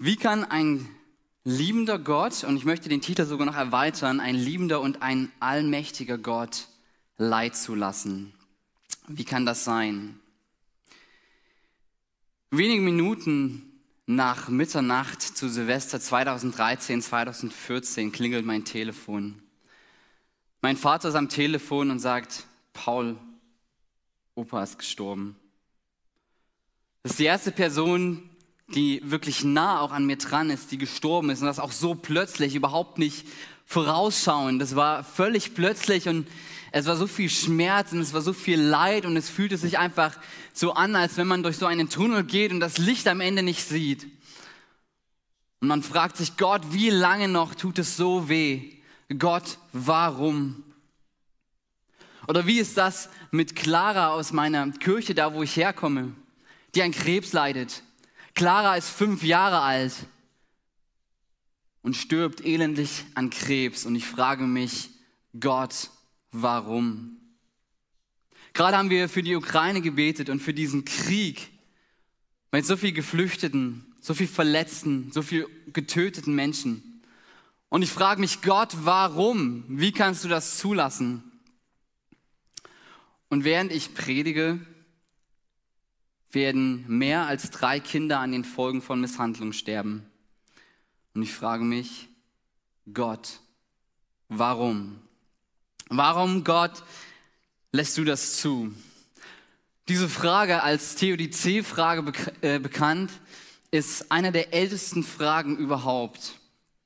Wie kann ein liebender Gott, und ich möchte den Titel sogar noch erweitern, ein liebender und ein allmächtiger Gott Leid zulassen? Wie kann das sein? Wenige Minuten nach Mitternacht zu Silvester 2013, 2014 klingelt mein Telefon. Mein Vater ist am Telefon und sagt: Paul, Opa ist gestorben. Das ist die erste Person, die wirklich nah auch an mir dran ist, die gestorben ist, und das auch so plötzlich, überhaupt nicht vorausschauend. Das war völlig plötzlich und es war so viel Schmerz und es war so viel Leid und es fühlte sich einfach so an, als wenn man durch so einen Tunnel geht und das Licht am Ende nicht sieht. Und man fragt sich: Gott, wie lange noch tut es so weh? Gott, warum? Oder wie ist das mit Clara aus meiner Kirche, da wo ich herkomme, die an Krebs leidet? Clara ist 5 Jahre alt und stirbt elendlich an Krebs. Und ich frage mich: Gott, warum? Gerade haben wir für die Ukraine gebetet und für diesen Krieg mit so viel Geflüchteten, so viel Verletzten, so viel getöteten Menschen. Und ich frage mich: Gott, warum? Wie kannst du das zulassen? Und während ich predige, werden mehr als 3 Kinder an den Folgen von Misshandlung sterben. Und ich frage mich: Gott, warum? Warum, Gott, lässt du das zu? Diese Frage, als Theodizee-Frage bekannt, ist einer der ältesten Fragen überhaupt.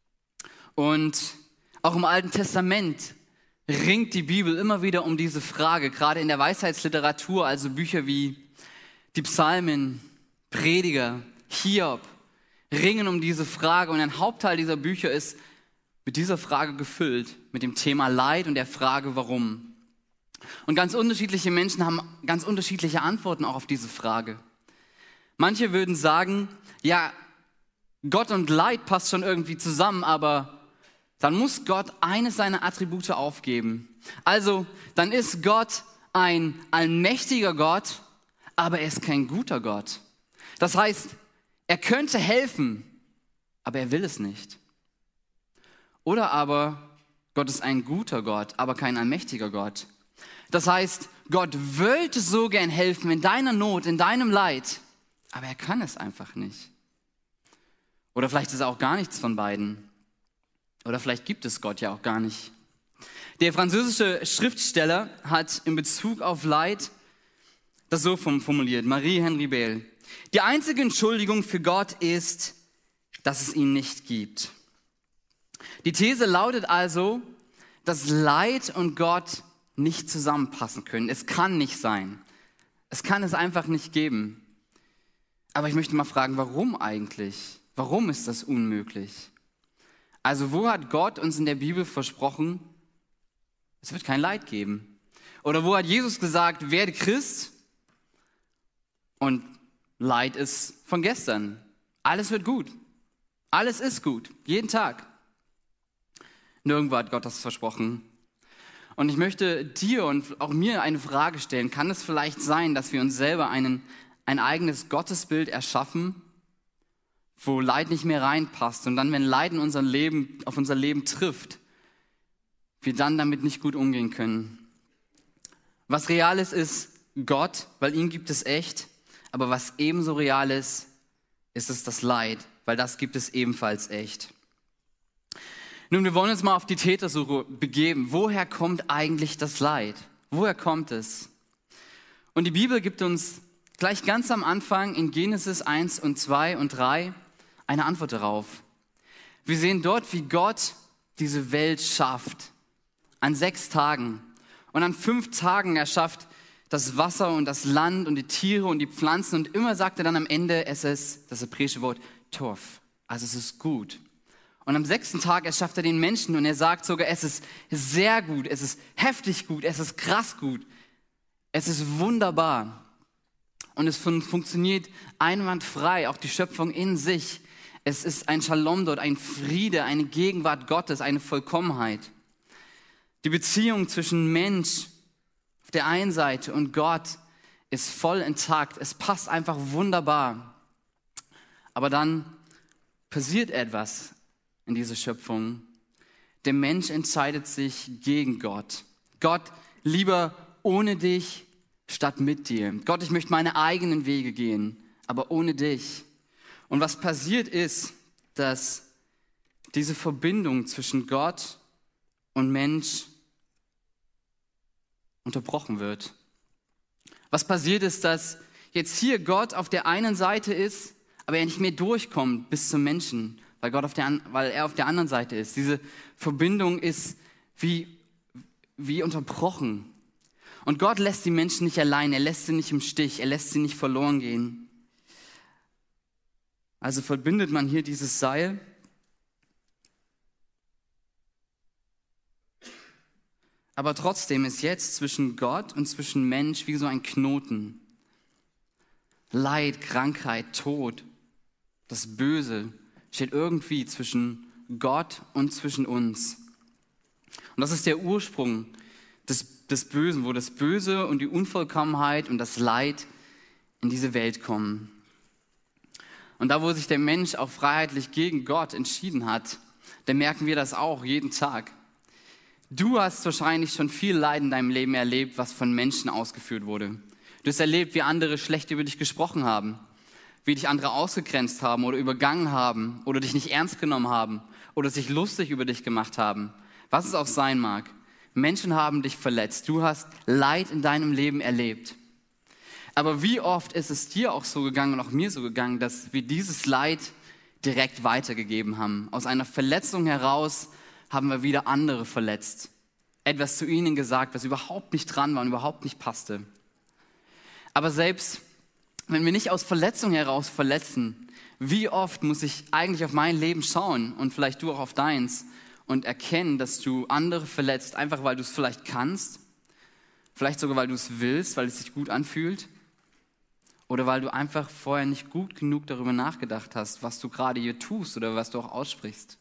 Und auch im Alten Testament ringt die Bibel immer wieder um diese Frage, gerade in der Weisheitsliteratur, also Bücher wie die Psalmen, Prediger, Hiob, ringen um diese Frage. Und ein Hauptteil dieser Bücher ist mit dieser Frage gefüllt, mit dem Thema Leid und der Frage, warum. Und ganz unterschiedliche Menschen haben ganz unterschiedliche Antworten auch auf diese Frage. Manche würden sagen: ja, Gott und Leid passt schon irgendwie zusammen, aber dann muss Gott eines seiner Attribute aufgeben. Also, dann ist Gott ein allmächtiger Gott, aber er ist kein guter Gott. Das heißt, er könnte helfen, aber er will es nicht. Oder aber Gott ist ein guter Gott, aber kein allmächtiger Gott. Das heißt, Gott wollte so gern helfen in deiner Not, in deinem Leid, aber er kann es einfach nicht. Oder vielleicht ist er auch gar nichts von beiden. Oder vielleicht gibt es Gott ja auch gar nicht. Der französische Schriftsteller hat in Bezug auf Leid das so formuliert, Marie-Henri Beyle: Die einzige Entschuldigung für Gott ist, dass es ihn nicht gibt. Die These lautet also, dass Leid und Gott nicht zusammenpassen können. Es kann nicht sein. Es kann es einfach nicht geben. Aber ich möchte mal fragen, warum eigentlich? Warum ist das unmöglich? Also wo hat Gott uns in der Bibel versprochen, es wird kein Leid geben? Oder wo hat Jesus gesagt, werde Christ und Leid ist von gestern? Alles wird gut. Alles ist gut. Jeden Tag. Nirgendwo hat Gott das versprochen. Und ich möchte dir und auch mir eine Frage stellen. Kann es vielleicht sein, dass wir uns selber ein eigenes Gottesbild erschaffen, wo Leid nicht mehr reinpasst und dann, wenn Leid in auf unser Leben trifft, wir dann damit nicht gut umgehen können? Was real ist, ist Gott, weil ihn gibt es echt. Aber was ebenso real ist, ist es das Leid, weil das gibt es ebenfalls echt. Nun, wir wollen uns mal auf die Tätersuche begeben. Woher kommt eigentlich das Leid? Woher kommt es? Und die Bibel gibt uns gleich ganz am Anfang in Genesis 1 und 2 und 3 eine Antwort darauf. Wir sehen dort, wie Gott diese Welt schafft. An 6 Tagen. Und an 5 Tagen erschafft das Wasser und das Land und die Tiere und die Pflanzen. Und immer sagt er dann am Ende, es ist das hebräische Wort Tov. Also es ist gut. Und am 6. Tag erschafft er den Menschen und er sagt sogar, es ist sehr gut, es ist heftig gut, es ist krass gut. Es ist wunderbar. Und es funktioniert einwandfrei, auch die Schöpfung in sich. Es ist ein Shalom dort, ein Friede, eine Gegenwart Gottes, eine Vollkommenheit. Die Beziehung zwischen Mensch auf der einen Seite und Gott ist voll intakt. Es passt einfach wunderbar. Aber dann passiert etwas in dieser Schöpfung. Der Mensch entscheidet sich gegen Gott. Gott, lieber ohne dich statt mit dir. Gott, ich möchte meine eigenen Wege gehen, aber ohne dich. Und was passiert ist, dass diese Verbindung zwischen Gott und Mensch unterbrochen wird. Was passiert ist, dass jetzt hier Gott auf der einen Seite ist, aber er nicht mehr durchkommt bis zum Menschen, weil er auf der anderen Seite ist. Diese Verbindung ist wie unterbrochen. Und Gott lässt die Menschen nicht allein, er lässt sie nicht im Stich, er lässt sie nicht verloren gehen. Also verbindet man hier dieses Seil. Aber trotzdem ist jetzt zwischen Gott und zwischen Mensch wie so ein Knoten. Leid, Krankheit, Tod, das Böse steht irgendwie zwischen Gott und zwischen uns. Und das ist der Ursprung des Bösen, wo das Böse und die Unvollkommenheit und das Leid in diese Welt kommen. Und da, wo sich der Mensch auch freiheitlich gegen Gott entschieden hat, da merken wir das auch jeden Tag. Du hast wahrscheinlich schon viel Leid in deinem Leben erlebt, was von Menschen ausgeführt wurde. Du hast erlebt, wie andere schlecht über dich gesprochen haben, wie dich andere ausgegrenzt haben oder übergangen haben oder dich nicht ernst genommen haben oder sich lustig über dich gemacht haben. Was es auch sein mag. Menschen haben dich verletzt. Du hast Leid in deinem Leben erlebt. Aber wie oft ist es dir auch so gegangen und auch mir so gegangen, dass wir dieses Leid direkt weitergegeben haben. Aus einer Verletzung heraus haben wir wieder andere verletzt. Etwas zu ihnen gesagt, was überhaupt nicht dran war und überhaupt nicht passte. Aber selbst wenn wir nicht aus Verletzung heraus verletzen, wie oft muss ich eigentlich auf mein Leben schauen und vielleicht du auch auf deins und erkennen, dass du andere verletzt, einfach weil du es vielleicht kannst, vielleicht sogar weil du es willst, weil es sich gut anfühlt oder weil du einfach vorher nicht gut genug darüber nachgedacht hast, was du gerade hier tust oder was du auch aussprichst.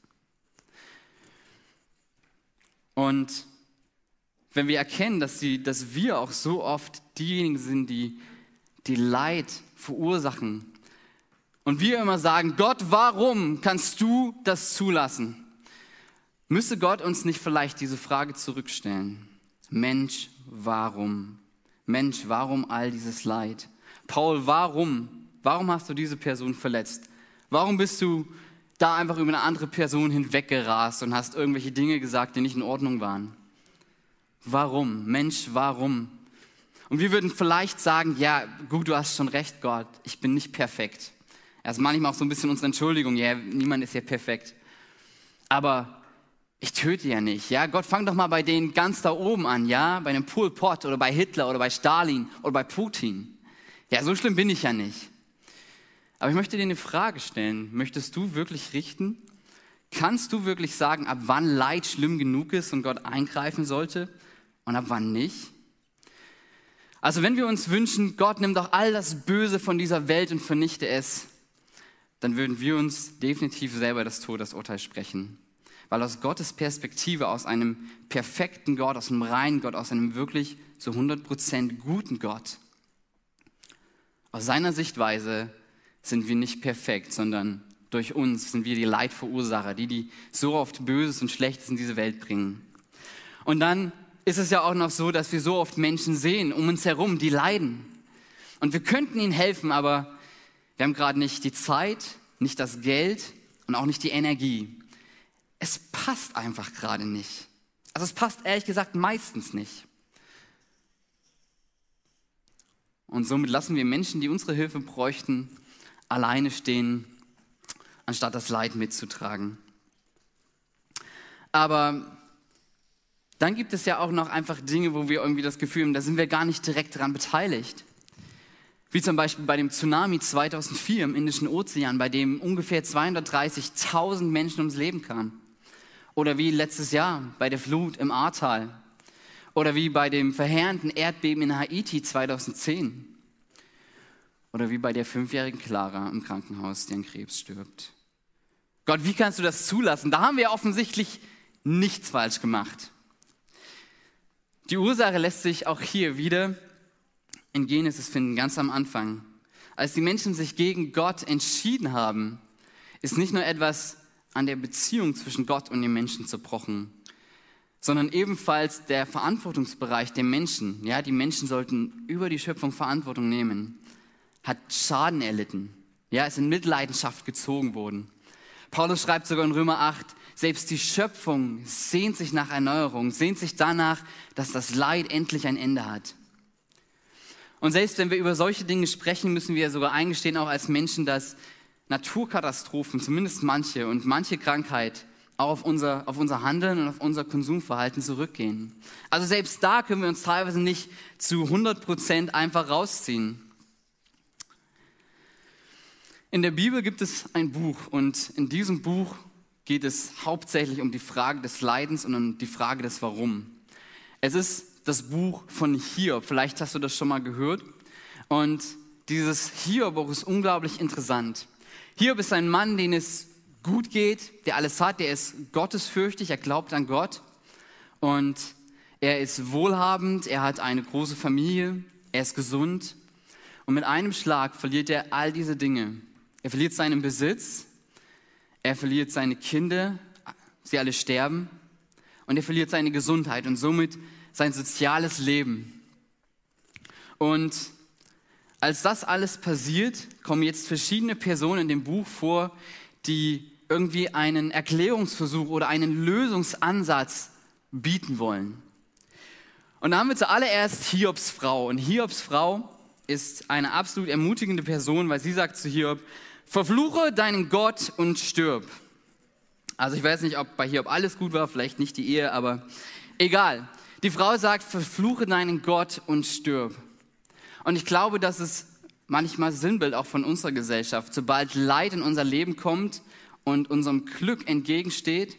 Und wenn wir erkennen, dass wir auch so oft diejenigen sind, die Leid verursachen und wir immer sagen, Gott, warum kannst du das zulassen? Müsste Gott uns nicht vielleicht diese Frage zurückstellen? Mensch, warum? Mensch, warum all dieses Leid? Paul, warum? Warum hast du diese Person verletzt? Warum bist du da einfach über eine andere Person hinweggerast und hast irgendwelche Dinge gesagt, die nicht in Ordnung waren? Warum? Mensch, warum? Und wir würden vielleicht sagen, ja, gut, du hast schon recht, Gott, ich bin nicht perfekt. Das ist manchmal auch so ein bisschen unsere Entschuldigung, ja, niemand ist ja perfekt. Aber ich töte ja nicht, ja. Gott, fang doch mal bei denen ganz da oben an, ja, bei einem Pol Pot oder bei Hitler oder bei Stalin oder bei Putin. Ja, so schlimm bin ich ja nicht. Aber ich möchte dir eine Frage stellen. Möchtest du wirklich richten? Kannst du wirklich sagen, ab wann Leid schlimm genug ist und Gott eingreifen sollte und ab wann nicht? Also wenn wir uns wünschen, Gott nimm doch all das Böse von dieser Welt und vernichte es, dann würden wir uns definitiv selber das Todesurteil sprechen. Weil aus Gottes Perspektive, aus einem perfekten Gott, aus einem reinen Gott, aus einem wirklich zu 100% guten Gott, aus seiner Sichtweise sind wir nicht perfekt, sondern durch uns sind wir die Leidverursacher, die so oft Böses und Schlechtes in diese Welt bringen. Und dann ist es ja auch noch so, dass wir so oft Menschen sehen um uns herum, die leiden. Und wir könnten ihnen helfen, aber wir haben gerade nicht die Zeit, nicht das Geld und auch nicht die Energie. Es passt einfach gerade nicht. Also es passt ehrlich gesagt meistens nicht. Und somit lassen wir Menschen, die unsere Hilfe bräuchten, alleine stehen, anstatt das Leid mitzutragen. Aber dann gibt es ja auch noch einfach Dinge, wo wir irgendwie das Gefühl haben, da sind wir gar nicht direkt daran beteiligt. Wie zum Beispiel bei dem Tsunami 2004 im Indischen Ozean, bei dem ungefähr 230.000 Menschen ums Leben kamen. Oder wie letztes Jahr bei der Flut im Ahrtal. Oder wie bei dem verheerenden Erdbeben in Haiti 2010. Oder wie bei der 5-jährigen Clara im Krankenhaus, die an Krebs stirbt. Gott, wie kannst du das zulassen? Da haben wir offensichtlich nichts falsch gemacht. Die Ursache lässt sich auch hier wieder in Genesis finden, ganz am Anfang. Als die Menschen sich gegen Gott entschieden haben, ist nicht nur etwas an der Beziehung zwischen Gott und dem Menschen zerbrochen, sondern ebenfalls der Verantwortungsbereich der Menschen. Ja, die Menschen sollten über die Schöpfung Verantwortung nehmen, hat Schaden erlitten. Ja, ist in Mitleidenschaft gezogen worden. Paulus schreibt sogar in Römer 8, selbst die Schöpfung sehnt sich nach Erneuerung, sehnt sich danach, dass das Leid endlich ein Ende hat. Und selbst wenn wir über solche Dinge sprechen, müssen wir sogar eingestehen, auch als Menschen, dass Naturkatastrophen, zumindest manche Krankheit, auch auf unser Handeln und auf unser Konsumverhalten zurückgehen. Also selbst da können wir uns teilweise nicht zu 100% einfach rausziehen. In der Bibel gibt es ein Buch und in diesem Buch geht es hauptsächlich um die Frage des Leidens und um die Frage des Warum. Es ist das Buch von Hiob, vielleicht hast du das schon mal gehört. Und dieses Hiob-Buch ist unglaublich interessant. Hiob ist ein Mann, den es gut geht, der alles hat, der ist gottesfürchtig, er glaubt an Gott und er ist wohlhabend, er hat eine große Familie, er ist gesund und mit einem Schlag verliert er all diese Dinge. Er verliert seinen Besitz, er verliert seine Kinder, sie alle sterben und er verliert seine Gesundheit und somit sein soziales Leben. Und als das alles passiert, kommen jetzt verschiedene Personen in dem Buch vor, die irgendwie einen Erklärungsversuch oder einen Lösungsansatz bieten wollen. Und da haben wir zuallererst Hiobs Frau. Und Hiobs Frau ist eine absolut ermutigende Person, weil sie sagt zu Hiob, verfluche deinen Gott und stirb. Also ich weiß nicht, ob bei Hiob alles gut war, vielleicht nicht die Ehe, aber egal. Die Frau sagt, verfluche deinen Gott und stirb. Und ich glaube, das ist manchmal Sinnbild auch von unserer Gesellschaft. Sobald Leid in unser Leben kommt und unserem Glück entgegensteht,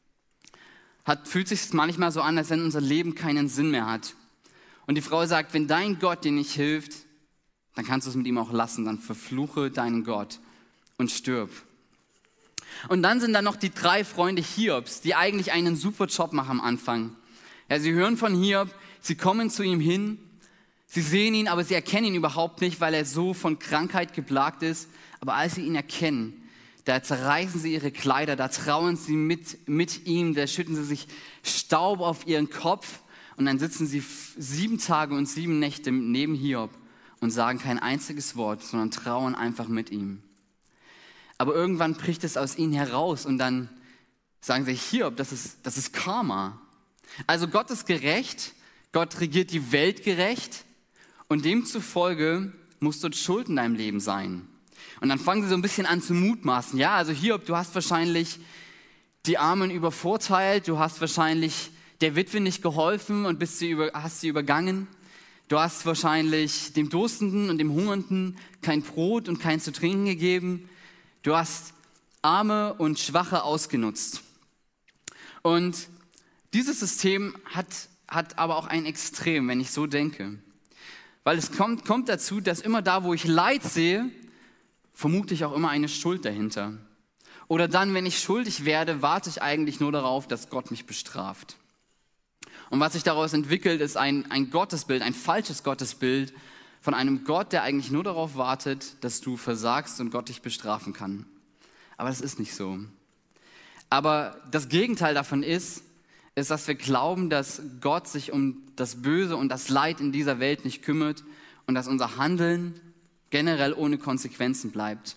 fühlt es sich manchmal so an, als wenn unser Leben keinen Sinn mehr hat. Und die Frau sagt, wenn dein Gott dir nicht hilft, dann kannst du es mit ihm auch lassen, dann verfluche deinen Gott und stirb. Und dann sind da noch die 3 Freunde Hiobs, die eigentlich einen super Job machen am Anfang. Ja, sie hören von Hiob, sie kommen zu ihm hin, sie sehen ihn, aber sie erkennen ihn überhaupt nicht, weil er so von Krankheit geplagt ist. Aber als sie ihn erkennen, da zerreißen sie ihre Kleider, da trauern sie mit ihm, da schütten sie sich Staub auf ihren Kopf und dann sitzen sie 7 Tage und 7 Nächte neben Hiob und sagen kein einziges Wort, sondern trauern einfach mit ihm. Aber irgendwann bricht es aus ihnen heraus und dann sagen sie, Hiob, das ist Karma. Also Gott ist gerecht, Gott regiert die Welt gerecht und demzufolge muss dort Schuld in deinem Leben sein. Und dann fangen sie so ein bisschen an zu mutmaßen. Ja, also Hiob, du hast wahrscheinlich die Armen übervorteilt, du hast wahrscheinlich der Witwe nicht geholfen und hast sie übergangen. Du hast wahrscheinlich dem Durstenden und dem Hungernden kein Brot und kein zu trinken gegeben. Du hast Arme und Schwache ausgenutzt. Und dieses System hat aber auch ein Extrem, wenn ich so denke. Weil es kommt dazu, dass immer da, wo ich Leid sehe, vermute ich auch immer eine Schuld dahinter. Oder dann, wenn ich schuldig werde, warte ich eigentlich nur darauf, dass Gott mich bestraft. Und was sich daraus entwickelt, ist ein Gottesbild, ein falsches Gottesbild von einem Gott, der eigentlich nur darauf wartet, dass du versagst und Gott dich bestrafen kann. Aber das ist nicht so. Aber das Gegenteil davon ist, dass wir glauben, dass Gott sich um das Böse und das Leid in dieser Welt nicht kümmert und dass unser Handeln generell ohne Konsequenzen bleibt.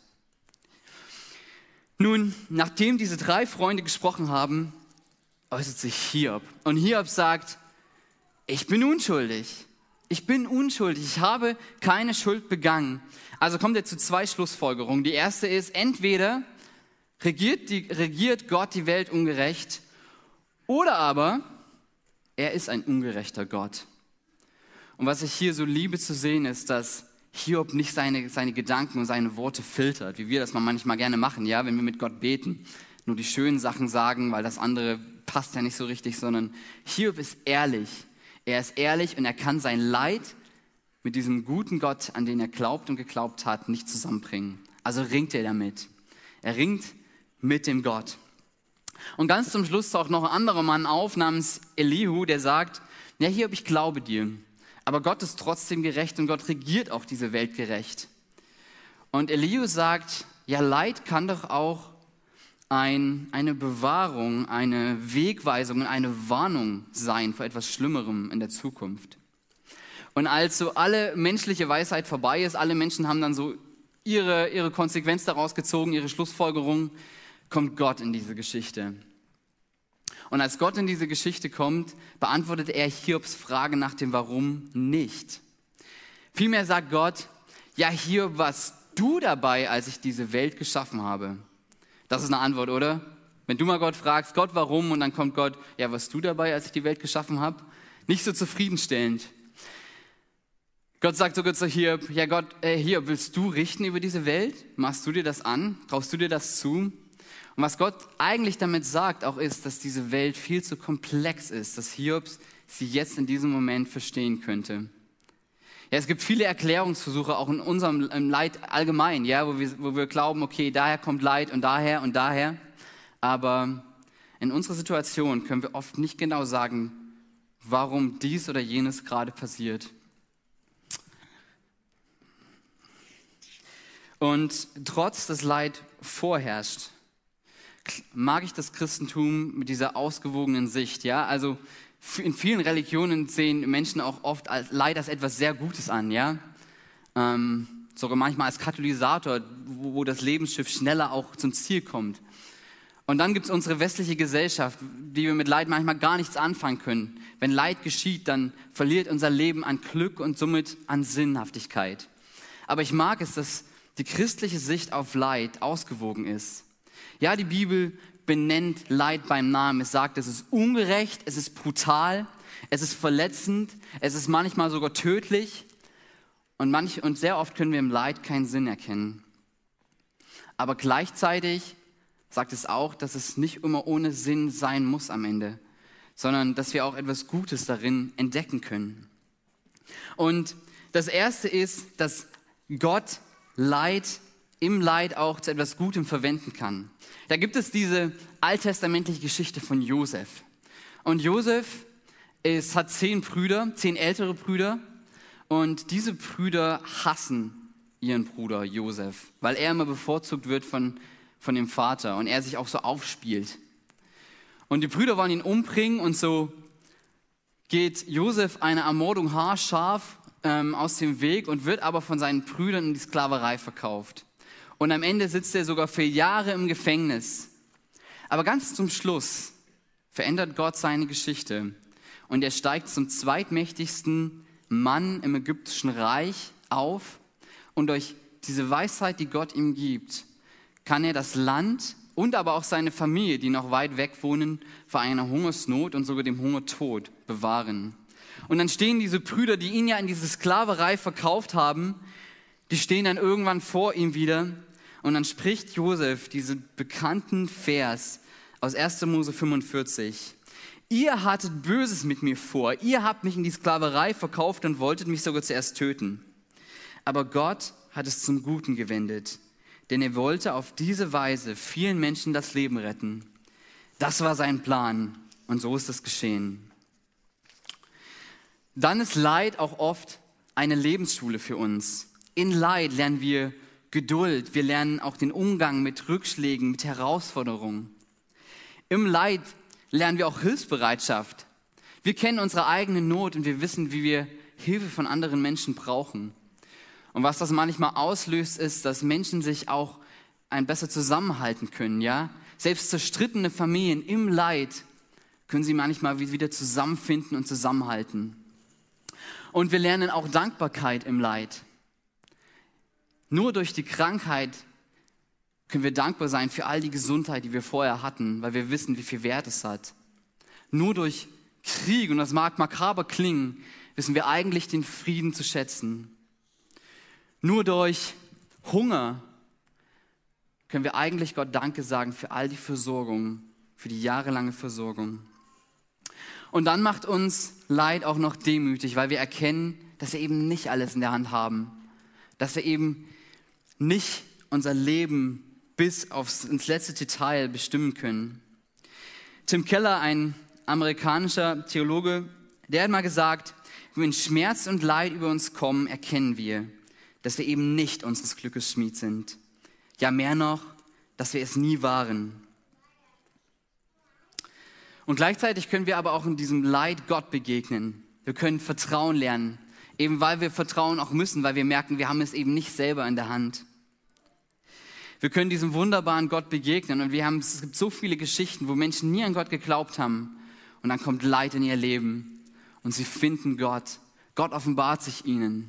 Nun, nachdem diese 3 Freunde gesprochen haben, äußert sich Hiob. Und Hiob sagt, ich bin unschuldig. Ich habe keine Schuld begangen. Also kommt er zu 2 Schlussfolgerungen. Die erste ist, entweder regiert Gott die Welt ungerecht oder aber er ist ein ungerechter Gott. Und was ich hier so liebe zu sehen ist, dass Hiob nicht seine Gedanken und seine Worte filtert, wie wir das manchmal gerne machen, ja, wenn wir mit Gott beten, nur die schönen Sachen sagen, weil das andere passt ja nicht so richtig, sondern Hiob ist ehrlich. Er ist ehrlich und er kann sein Leid mit diesem guten Gott, an den er glaubt und geglaubt hat, nicht zusammenbringen. Also ringt er damit. Er ringt mit dem Gott. Und ganz zum Schluss taucht noch ein anderer Mann auf namens Elihu, der sagt, ja Hiob, ich glaube dir. Aber Gott ist trotzdem gerecht und Gott regiert auch diese Welt gerecht. Und Elihu sagt, ja, Leid kann doch auch eine Bewahrung, eine Wegweisung, eine Warnung sein vor etwas Schlimmerem in der Zukunft. Und als so alle menschliche Weisheit vorbei ist, alle Menschen haben dann so ihre Konsequenz daraus gezogen, ihre Schlussfolgerung, kommt Gott in diese Geschichte. Und als Gott in diese Geschichte kommt, beantwortet er Hiobs Frage nach dem Warum nicht. Vielmehr sagt Gott, ja, Hiob, warst du dabei, als ich diese Welt geschaffen habe? Das ist eine Antwort, oder? Wenn du mal Gott fragst, Gott, warum? Und dann kommt Gott, ja, warst du dabei, als ich die Welt geschaffen habe? Nicht so zufriedenstellend. Gott sagt sogar zu Hiob, ja Gott, Hiob, willst du richten über diese Welt? Machst du dir das an? Traust du dir das zu? Und was Gott eigentlich damit sagt auch ist, dass diese Welt viel zu komplex ist, dass Hiob sie jetzt in diesem Moment verstehen könnte. Ja, es gibt viele Erklärungsversuche, auch in unserem Leid allgemein, ja, wo wir glauben, okay, daher kommt Leid und daher und daher. Aber in unserer Situation können wir oft nicht genau sagen, warum dies oder jenes gerade passiert. Und trotz des Leid vorherrscht, mag ich das Christentum mit dieser ausgewogenen Sicht. Ja, also in vielen Religionen sehen Menschen auch oft Leid als etwas sehr Gutes an. Ja, sogar manchmal als Katalysator, wo das Lebensschiff schneller auch zum Ziel kommt. Und dann gibt es unsere westliche Gesellschaft, die wir mit Leid manchmal gar nichts anfangen können. Wenn Leid geschieht, dann verliert unser Leben an Glück und somit an Sinnhaftigkeit. Aber ich mag es, dass die christliche Sicht auf Leid ausgewogen ist. Ja, die Bibel benennt Leid beim Namen. Es sagt, es ist ungerecht, es ist brutal, es ist verletzend, es ist manchmal sogar tödlich. Und sehr oft können wir im Leid keinen Sinn erkennen. Aber gleichzeitig sagt es auch, dass es nicht immer ohne Sinn sein muss am Ende, sondern dass wir auch etwas Gutes darin entdecken können. Und das Erste ist, dass Gott im Leid auch zu etwas Gutem verwenden kann. Da gibt es diese alttestamentliche Geschichte von Josef. Und Josef hat 10 Brüder, 10 ältere Brüder. Und diese Brüder hassen ihren Bruder Josef, weil er immer bevorzugt wird von dem Vater und er sich auch so aufspielt. Und die Brüder wollen ihn umbringen und so geht Josef eine Ermordung haarscharf aus dem Weg und wird aber von seinen Brüdern in die Sklaverei verkauft. Und am Ende sitzt er sogar für Jahre im Gefängnis. Aber ganz zum Schluss verändert Gott seine Geschichte und er steigt zum zweitmächtigsten Mann im ägyptischen Reich auf und durch diese Weisheit, die Gott ihm gibt, kann er das Land und aber auch seine Familie, die noch weit weg wohnen, vor einer Hungersnot und sogar dem Hungertod bewahren. Und dann stehen diese Brüder, die ihn ja in diese Sklaverei verkauft haben, die stehen dann irgendwann vor ihm wieder und dann spricht Josef diesen bekannten Vers aus 1. Mose 45. Ihr hattet Böses mit mir vor, ihr habt mich in die Sklaverei verkauft und wolltet mich sogar zuerst töten. Aber Gott hat es zum Guten gewendet, denn er wollte auf diese Weise vielen Menschen das Leben retten. Das war sein Plan und so ist es geschehen. Dann ist Leid auch oft eine Lebensschule für uns. In Leid lernen wir Geduld, wir lernen auch den Umgang mit Rückschlägen, mit Herausforderungen. Im Leid lernen wir auch Hilfsbereitschaft. Wir kennen unsere eigene Not und wir wissen, wie wir Hilfe von anderen Menschen brauchen. Und was das manchmal auslöst, ist, dass Menschen sich auch besser zusammenhalten können. Ja? Selbst zerstrittene Familien im Leid können sie manchmal wieder zusammenfinden und zusammenhalten. Und wir lernen auch Dankbarkeit im Leid. Nur durch die Krankheit können wir dankbar sein für all die Gesundheit, die wir vorher hatten, weil wir wissen, wie viel Wert es hat. Nur durch Krieg, und das mag makaber klingen, wissen wir eigentlich den Frieden zu schätzen. Nur durch Hunger können wir eigentlich Gott Danke sagen für all die Versorgung, für die jahrelange Versorgung. Und dann macht uns Leid auch noch demütig, weil wir erkennen, dass wir eben nicht alles in der Hand haben. Dass wir eben nicht unser Leben bis ins letzte Detail bestimmen können. Tim Keller, ein amerikanischer Theologe, der hat mal gesagt, wenn Schmerz und Leid über uns kommen, erkennen wir, dass wir eben nicht unseres Glückes Schmied sind. Ja, mehr noch, dass wir es nie waren. Und gleichzeitig können wir aber auch in diesem Leid Gott begegnen. Wir können Vertrauen lernen, eben weil wir vertrauen auch müssen, weil wir merken, wir haben es eben nicht selber in der Hand. Wir können diesem wunderbaren Gott begegnen und es gibt so viele Geschichten, wo Menschen nie an Gott geglaubt haben und dann kommt Leid in ihr Leben und sie finden Gott. Gott offenbart sich ihnen.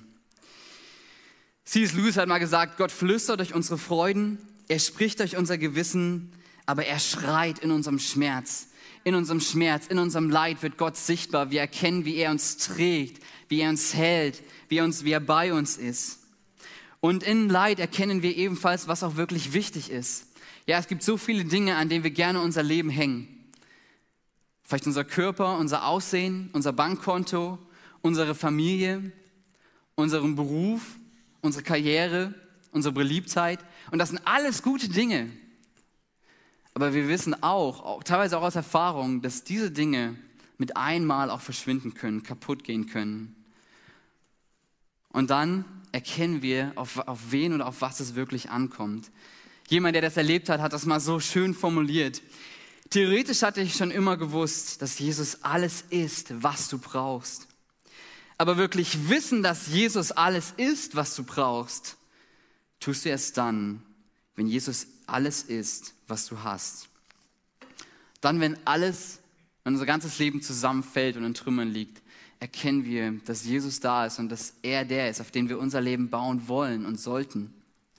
C.S. Lewis hat mal gesagt, Gott flüstert durch unsere Freuden, er spricht durch unser Gewissen, aber er schreit in unserem Schmerz. In unserem Schmerz, in unserem Leid wird Gott sichtbar. Wir erkennen, wie er uns trägt, wie er uns hält, wie er bei uns ist. Und in Leid erkennen wir ebenfalls, was auch wirklich wichtig ist. Ja, es gibt so viele Dinge, an denen wir gerne unser Leben hängen. Vielleicht unser Körper, unser Aussehen, unser Bankkonto, unsere Familie, unseren Beruf, unsere Karriere, unsere Beliebtheit. Und das sind alles gute Dinge. Aber wir wissen auch, teilweise auch aus Erfahrung, dass diese Dinge mit einmal auch verschwinden können, kaputt gehen können. Und dann erkennen wir, auf wen oder auf was es wirklich ankommt. Jemand, der das erlebt hat, hat das mal so schön formuliert. Theoretisch hatte ich schon immer gewusst, dass Jesus alles ist, was du brauchst. Aber wirklich wissen, dass Jesus alles ist, was du brauchst, tust du erst dann, wenn Jesus alles ist, was du hast. Dann, wenn unser ganzes Leben zusammenfällt und in Trümmern liegt, erkennen wir, dass Jesus da ist und dass er der ist, auf den wir unser Leben bauen wollen und sollten.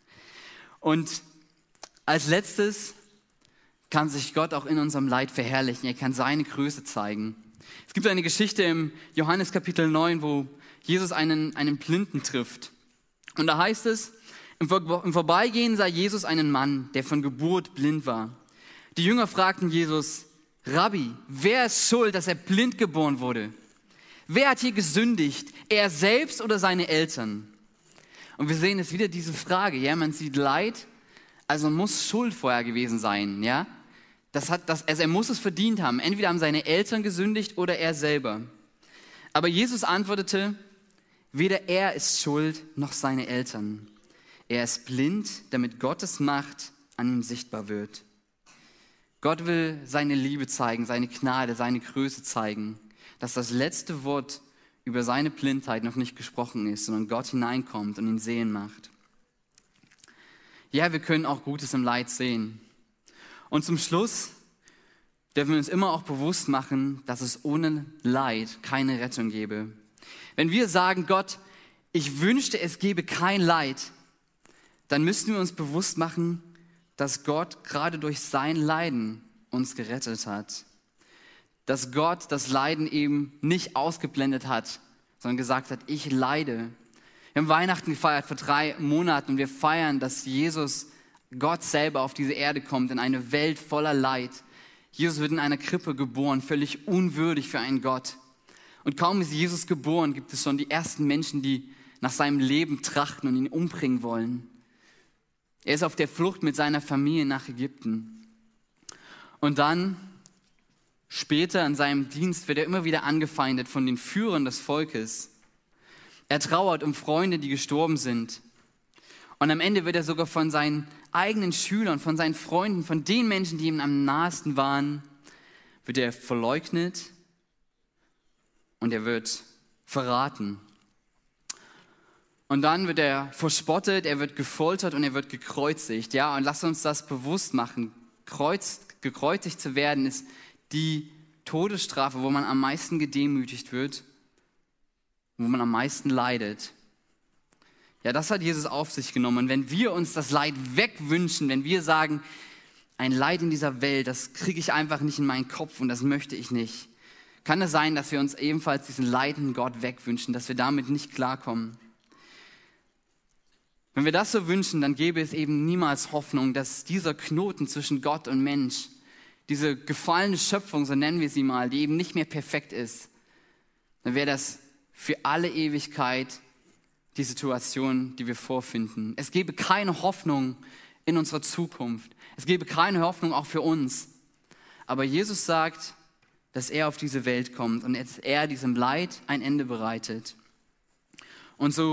Und als letztes kann sich Gott auch in unserem Leid verherrlichen. Er kann seine Größe zeigen. Es gibt eine Geschichte im Johannes Kapitel 9, wo Jesus einen Blinden trifft. Und da heißt es, im Vorbeigehen sah Jesus einen Mann, der von Geburt blind war. Die Jünger fragten Jesus, Rabbi, wer ist schuld, dass er blind geboren wurde? Wer hat hier gesündigt, er selbst oder seine Eltern? Und wir sehen jetzt wieder diese Frage, ja, man sieht Leid, also muss Schuld vorher gewesen sein, ja? Also er muss es verdient haben. Entweder haben seine Eltern gesündigt oder er selber. Aber Jesus antwortete, weder er ist schuld noch seine Eltern. Er ist blind, damit Gottes Macht an ihm sichtbar wird. Gott will seine Liebe zeigen, seine Gnade, seine Größe zeigen, dass das letzte Wort über seine Blindheit noch nicht gesprochen ist, sondern Gott hineinkommt und ihn sehen macht. Ja, wir können auch Gutes im Leid sehen. Und zum Schluss dürfen wir uns immer auch bewusst machen, dass es ohne Leid keine Rettung gäbe. Wenn wir sagen, Gott, ich wünschte, es gäbe kein Leid, dann müssen wir uns bewusst machen, dass Gott gerade durch sein Leiden uns gerettet hat. Dass Gott das Leiden eben nicht ausgeblendet hat, sondern gesagt hat, ich leide. Wir haben Weihnachten gefeiert vor 3 Monaten und wir feiern, dass Jesus, Gott selber auf diese Erde kommt, in eine Welt voller Leid. Jesus wird in einer Krippe geboren, völlig unwürdig für einen Gott. Und kaum ist Jesus geboren, gibt es schon die ersten Menschen, die nach seinem Leben trachten und ihn umbringen wollen. Er ist auf der Flucht mit seiner Familie nach Ägypten. Und dann, später in seinem Dienst, wird er immer wieder angefeindet von den Führern des Volkes. Er trauert um Freunde, die gestorben sind. Und am Ende wird er sogar von seinen eigenen Schülern, von seinen Freunden, von den Menschen, die ihm am nahesten waren, wird er verleugnet und er wird verraten. Und dann wird er verspottet, er wird gefoltert und er wird gekreuzigt. Ja, und lasst uns das bewusst machen. Gekreuzigt zu werden ist die Todesstrafe, wo man am meisten gedemütigt wird, wo man am meisten leidet. Ja, das hat Jesus auf sich genommen. Und wenn wir uns das Leid wegwünschen, wenn wir sagen, ein Leid in dieser Welt, das kriege ich einfach nicht in meinen Kopf und das möchte ich nicht, kann es sein, dass wir uns ebenfalls diesen leidenden Gott wegwünschen, dass wir damit nicht klarkommen. Wenn wir das so wünschen, dann gäbe es eben niemals Hoffnung, dass dieser Knoten zwischen Gott und Mensch, diese gefallene Schöpfung, so nennen wir sie mal, die eben nicht mehr perfekt ist, dann wäre das für alle Ewigkeit die Situation, die wir vorfinden. Es gäbe keine Hoffnung in unserer Zukunft. Es gäbe keine Hoffnung auch für uns. Aber Jesus sagt, dass er auf diese Welt kommt und er diesem Leid ein Ende bereitet. Und so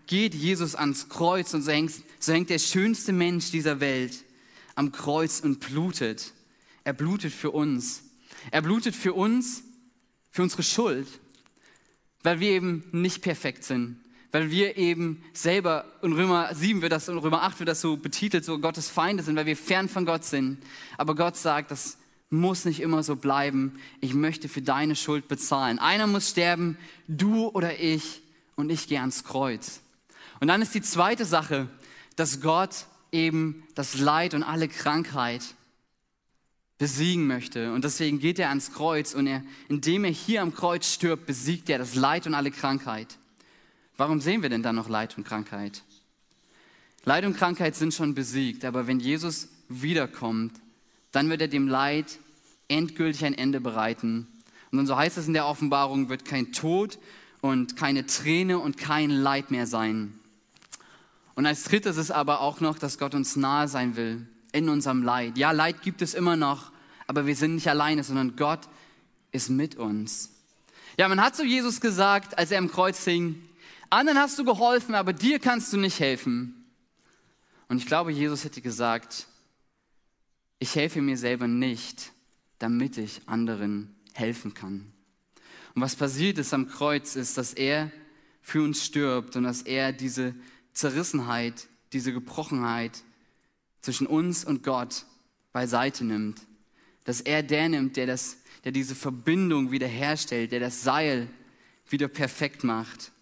geht Jesus ans Kreuz und so hängt der schönste Mensch dieser Welt am Kreuz und blutet. Er blutet für uns. Er blutet für uns, für unsere Schuld, weil wir eben nicht perfekt sind. Weil wir eben selber, in Römer 7 wird das, in Römer 8 wird das so betitelt, so Gottes Feinde sind, weil wir fern von Gott sind. Aber Gott sagt, das muss nicht immer so bleiben. Ich möchte für deine Schuld bezahlen. Einer muss sterben, du oder ich, und ich gehe ans Kreuz. Und dann ist die zweite Sache, dass Gott eben das Leid und alle Krankheit besiegen möchte. Und deswegen geht er ans Kreuz und indem er hier am Kreuz stirbt, besiegt er das Leid und alle Krankheit. Warum sehen wir denn dann noch Leid und Krankheit? Leid und Krankheit sind schon besiegt, aber wenn Jesus wiederkommt, dann wird er dem Leid endgültig ein Ende bereiten. Und dann, so heißt es in der Offenbarung, wird kein Tod und keine Träne und kein Leid mehr sein. Und als drittes ist aber auch noch, dass Gott uns nahe sein will in unserem Leid. Ja, Leid gibt es immer noch, aber wir sind nicht alleine, sondern Gott ist mit uns. Ja, man hat zu Jesus gesagt, als er am Kreuz hing, anderen hast du geholfen, aber dir kannst du nicht helfen. Und ich glaube, Jesus hätte gesagt, ich helfe mir selber nicht, damit ich anderen helfen kann. Und was passiert ist am Kreuz, ist, dass er für uns stirbt und dass er diese Zerrissenheit, diese Gebrochenheit zwischen uns und Gott beiseite nimmt. Dass er der nimmt, der diese Verbindung wiederherstellt, der das Seil wieder perfekt macht.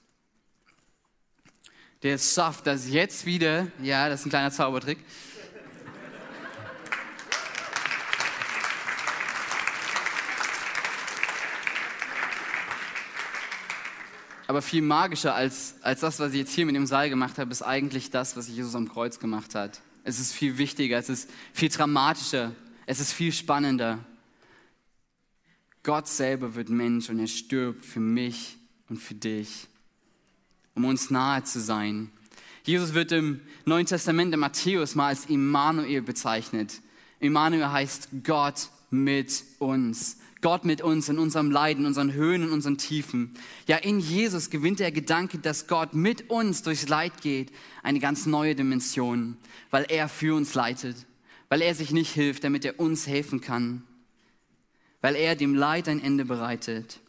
Der es schafft, dass jetzt wieder, ja, das ist ein kleiner Zaubertrick, aber viel magischer als das, was ich jetzt hier mit dem Seil gemacht habe, ist eigentlich das, was Jesus am Kreuz gemacht hat. Es ist viel wichtiger, es ist viel dramatischer, es ist viel spannender. Gott selber wird Mensch und er stirbt für mich und für dich, um uns nahe zu sein. Jesus wird im Neuen Testament in Matthäus mal als Immanuel bezeichnet. Immanuel heißt Gott mit uns. Gott mit uns in unserem Leiden, unseren Höhen und unseren Tiefen. Ja, in Jesus gewinnt der Gedanke, dass Gott mit uns durchs Leid geht, eine ganz neue Dimension, weil er für uns leitet, weil er sich nicht hilft, damit er uns helfen kann, weil er dem Leid ein Ende bereitet.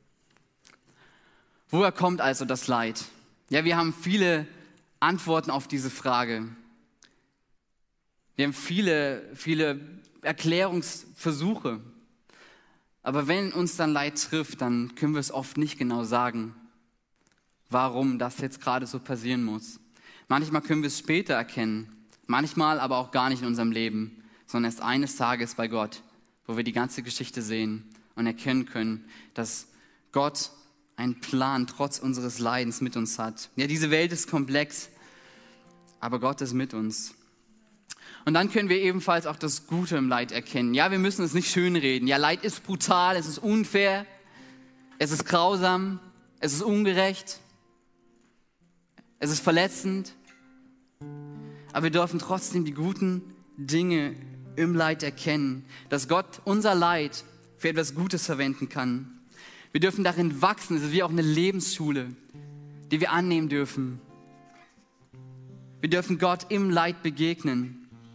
Woher kommt also das Leid? Ja, wir haben viele Antworten auf diese Frage. Wir haben viele Erklärungsversuche. Aber wenn uns dann Leid trifft, dann können wir es oft nicht genau sagen, warum das jetzt gerade so passieren muss. Manchmal können wir es später erkennen, manchmal aber auch gar nicht in unserem Leben, sondern erst eines Tages bei Gott, wo wir die ganze Geschichte sehen und erkennen können, dass Gott einen Plan trotz unseres Leidens mit uns hat. Ja, diese Welt ist komplex, aber Gott ist mit uns. Und dann können wir ebenfalls auch das Gute im Leid erkennen. Ja, wir müssen es nicht schönreden. Ja, Leid ist brutal, es ist unfair, es ist grausam, es ist ungerecht, es ist verletzend. Aber wir dürfen trotzdem die guten Dinge im Leid erkennen, dass Gott unser Leid für etwas Gutes verwenden kann. Wir dürfen darin wachsen, es ist wie auch eine Lebensschule, die wir annehmen dürfen. Wir dürfen Gott im Leid begegnen.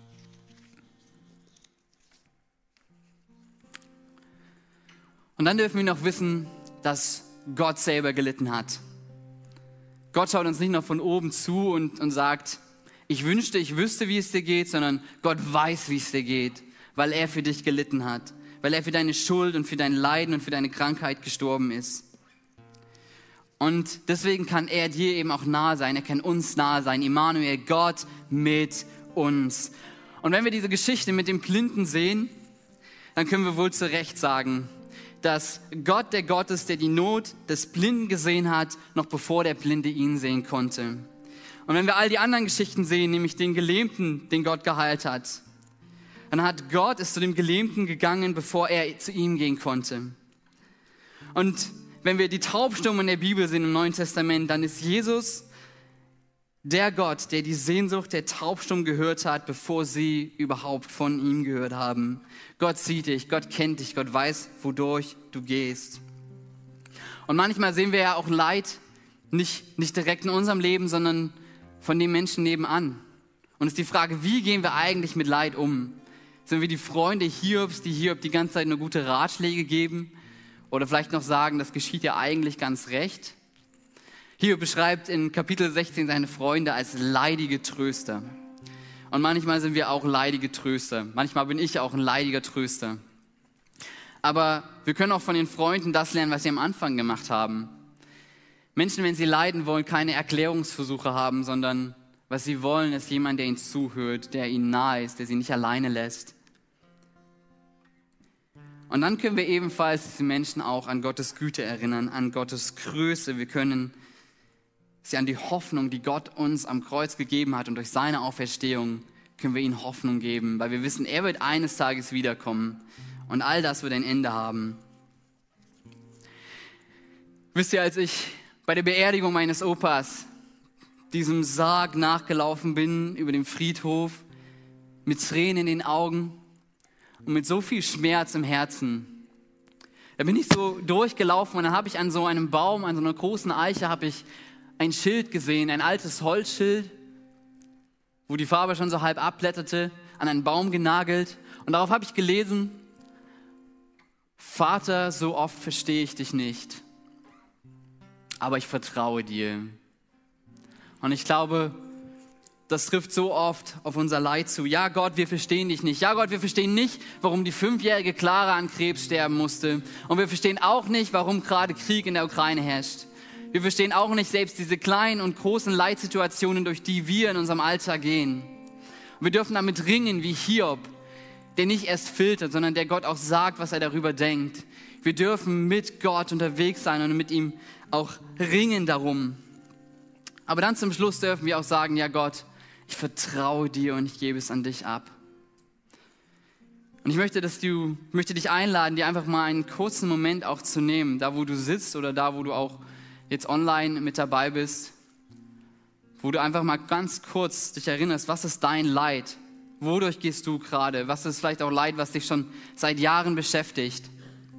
Und dann dürfen wir noch wissen, dass Gott selber gelitten hat. Gott schaut uns nicht noch von oben zu und sagt, ich wünschte, ich wüsste, wie es dir geht, sondern Gott weiß, wie es dir geht, weil er für dich gelitten hat, weil er für deine Schuld und für dein Leiden und für deine Krankheit gestorben ist. Und deswegen kann er dir eben auch nahe sein, er kann uns nahe sein, Immanuel, Gott mit uns. Und wenn wir diese Geschichte mit dem Blinden sehen, dann können wir wohl zu Recht sagen, dass Gott der Gott ist, der die Not des Blinden gesehen hat, noch bevor der Blinde ihn sehen konnte. Und wenn wir all die anderen Geschichten sehen, nämlich den Gelähmten, den Gott geheilt hat, dann hat Gott ist zu dem Gelähmten gegangen, bevor er zu ihm gehen konnte. Und wenn wir die Taubstummen in der Bibel sehen im Neuen Testament, dann ist Jesus der Gott, der die Sehnsucht der Taubstummen gehört hat, bevor sie überhaupt von ihm gehört haben. Gott sieht dich, Gott kennt dich, Gott weiß, wodurch du gehst. Und manchmal sehen wir ja auch Leid Nicht direkt in unserem Leben, sondern von den Menschen nebenan. Und es ist die Frage, wie gehen wir eigentlich mit Leid um? Sind wir die Freunde Hiobs, die Hiob die ganze Zeit nur gute Ratschläge geben? Oder vielleicht noch sagen, das geschieht ja eigentlich ganz recht? Hiob beschreibt in Kapitel 16 seine Freunde als leidige Tröster. Und manchmal sind wir auch leidige Tröster. Manchmal bin ich auch ein leidiger Tröster. Aber wir können auch von den Freunden das lernen, was sie am Anfang gemacht haben. Menschen, wenn sie leiden wollen, keine Erklärungsversuche haben, sondern was sie wollen, ist jemand, der ihnen zuhört, der ihnen nahe ist, der sie nicht alleine lässt. Und dann können wir ebenfalls diese Menschen auch an Gottes Güte erinnern, an Gottes Größe. Wir können sie an die Hoffnung, die Gott uns am Kreuz gegeben hat, und durch seine Auferstehung können wir ihnen Hoffnung geben, weil wir wissen, er wird eines Tages wiederkommen und all das wird ein Ende haben. Wisst ihr, als ich bei der Beerdigung meines Opas diesem Sarg nachgelaufen bin über den Friedhof mit Tränen in den Augen und mit so viel Schmerz im Herzen, da bin ich so durchgelaufen und dann habe ich an so einem Baum, an so einer großen Eiche, habe ich ein Schild gesehen, ein altes Holzschild, wo die Farbe schon so halb abblätterte, an einen Baum genagelt. Und darauf habe ich gelesen: Vater, so oft verstehe ich dich nicht, aber ich vertraue dir. Und ich glaube, das trifft so oft auf unser Leid zu. Ja Gott, wir verstehen dich nicht. Ja Gott, wir verstehen nicht, warum die 5-jährige Clara an Krebs sterben musste. Und wir verstehen auch nicht, warum gerade Krieg in der Ukraine herrscht. Wir verstehen auch nicht selbst diese kleinen und großen Leitsituationen, durch die wir in unserem Alltag gehen. Und wir dürfen damit ringen wie Hiob, der nicht erst filtert, sondern der Gott auch sagt, was er darüber denkt. Wir dürfen mit Gott unterwegs sein und mit ihm auch ringen darum. Aber dann zum Schluss dürfen wir auch sagen, ja Gott, ich vertraue dir und ich gebe es an dich ab. Und ich möchte dich einladen, dir einfach mal einen kurzen Moment auch zu nehmen, da wo du sitzt oder da wo du auch jetzt online mit dabei bist, wo du einfach mal ganz kurz dich erinnerst, was ist dein Leid? Wodurch gehst du gerade? Was ist vielleicht auch Leid, was dich schon seit Jahren beschäftigt?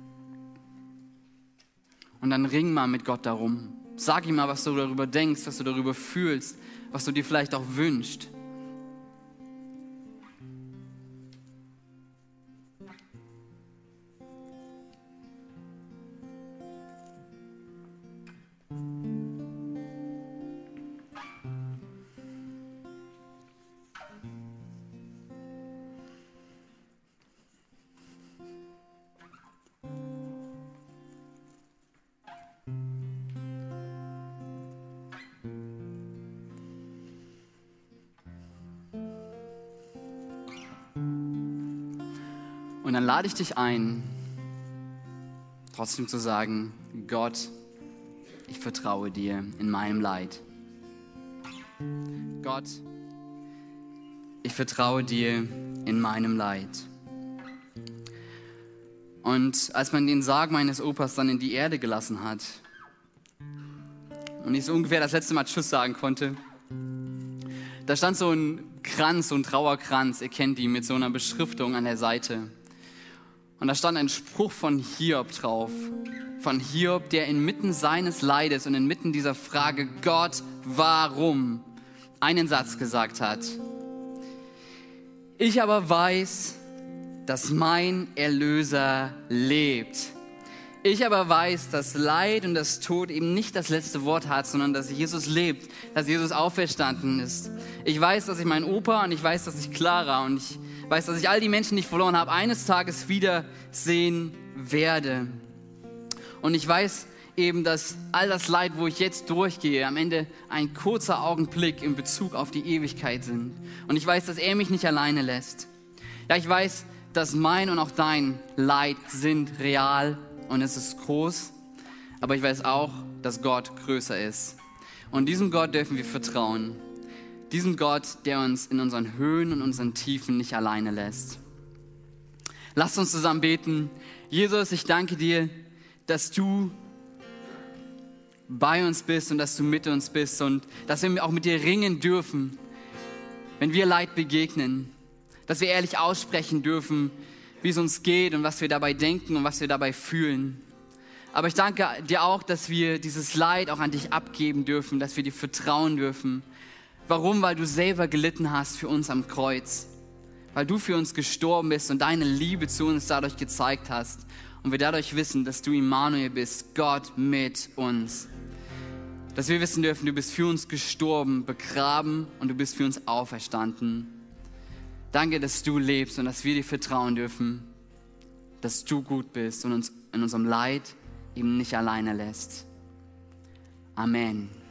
Und dann ring mal mit Gott darum. Sag ihm mal, was du darüber denkst, was du darüber fühlst, was du dir vielleicht auch wünschst. Und dann lade ich dich ein, trotzdem zu sagen, Gott, ich vertraue dir in meinem Leid. Gott, ich vertraue dir in meinem Leid. Und als man den Sarg meines Opas dann in die Erde gelassen hat und ich so ungefähr das letzte Mal Tschüss sagen konnte, da stand so ein Kranz, so ein Trauerkranz, ihr kennt ihn, mit so einer Beschriftung an der Seite. Und da stand ein Spruch von Hiob drauf. Von Hiob, der inmitten seines Leides und inmitten dieser Frage, Gott, warum, einen Satz gesagt hat. Ich aber weiß, dass mein Erlöser lebt. Ich aber weiß, dass Leid und das Tod eben nicht das letzte Wort hat, sondern dass Jesus lebt, dass Jesus auferstanden ist. Ich weiß, dass ich meinen Opa und ich weiß, dass ich Clara und ich weiß, dass ich all die Menschen, die ich verloren habe, eines Tages wiedersehen werde. Und ich weiß eben, dass all das Leid, wo ich jetzt durchgehe, am Ende ein kurzer Augenblick in Bezug auf die Ewigkeit sind. Und ich weiß, dass er mich nicht alleine lässt. Ja, ich weiß, dass mein und auch dein Leid sind real und es ist groß. Aber ich weiß auch, dass Gott größer ist. Und diesem Gott dürfen wir vertrauen. Diesem Gott, der uns in unseren Höhen und unseren Tiefen nicht alleine lässt. Lasst uns zusammen beten. Jesus, ich danke dir, dass du bei uns bist und dass du mit uns bist und dass wir auch mit dir ringen dürfen, wenn wir Leid begegnen. Dass wir ehrlich aussprechen dürfen, wie es uns geht und was wir dabei denken und was wir dabei fühlen. Aber ich danke dir auch, dass wir dieses Leid auch an dich abgeben dürfen, dass wir dir vertrauen dürfen. Warum? Weil du selber gelitten hast für uns am Kreuz. Weil du für uns gestorben bist und deine Liebe zu uns dadurch gezeigt hast. Und wir dadurch wissen, dass du Immanuel bist, Gott mit uns. Dass wir wissen dürfen, du bist für uns gestorben, begraben und du bist für uns auferstanden. Danke, dass du lebst und dass wir dir vertrauen dürfen, dass du gut bist und uns in unserem Leid eben nicht alleine lässt. Amen.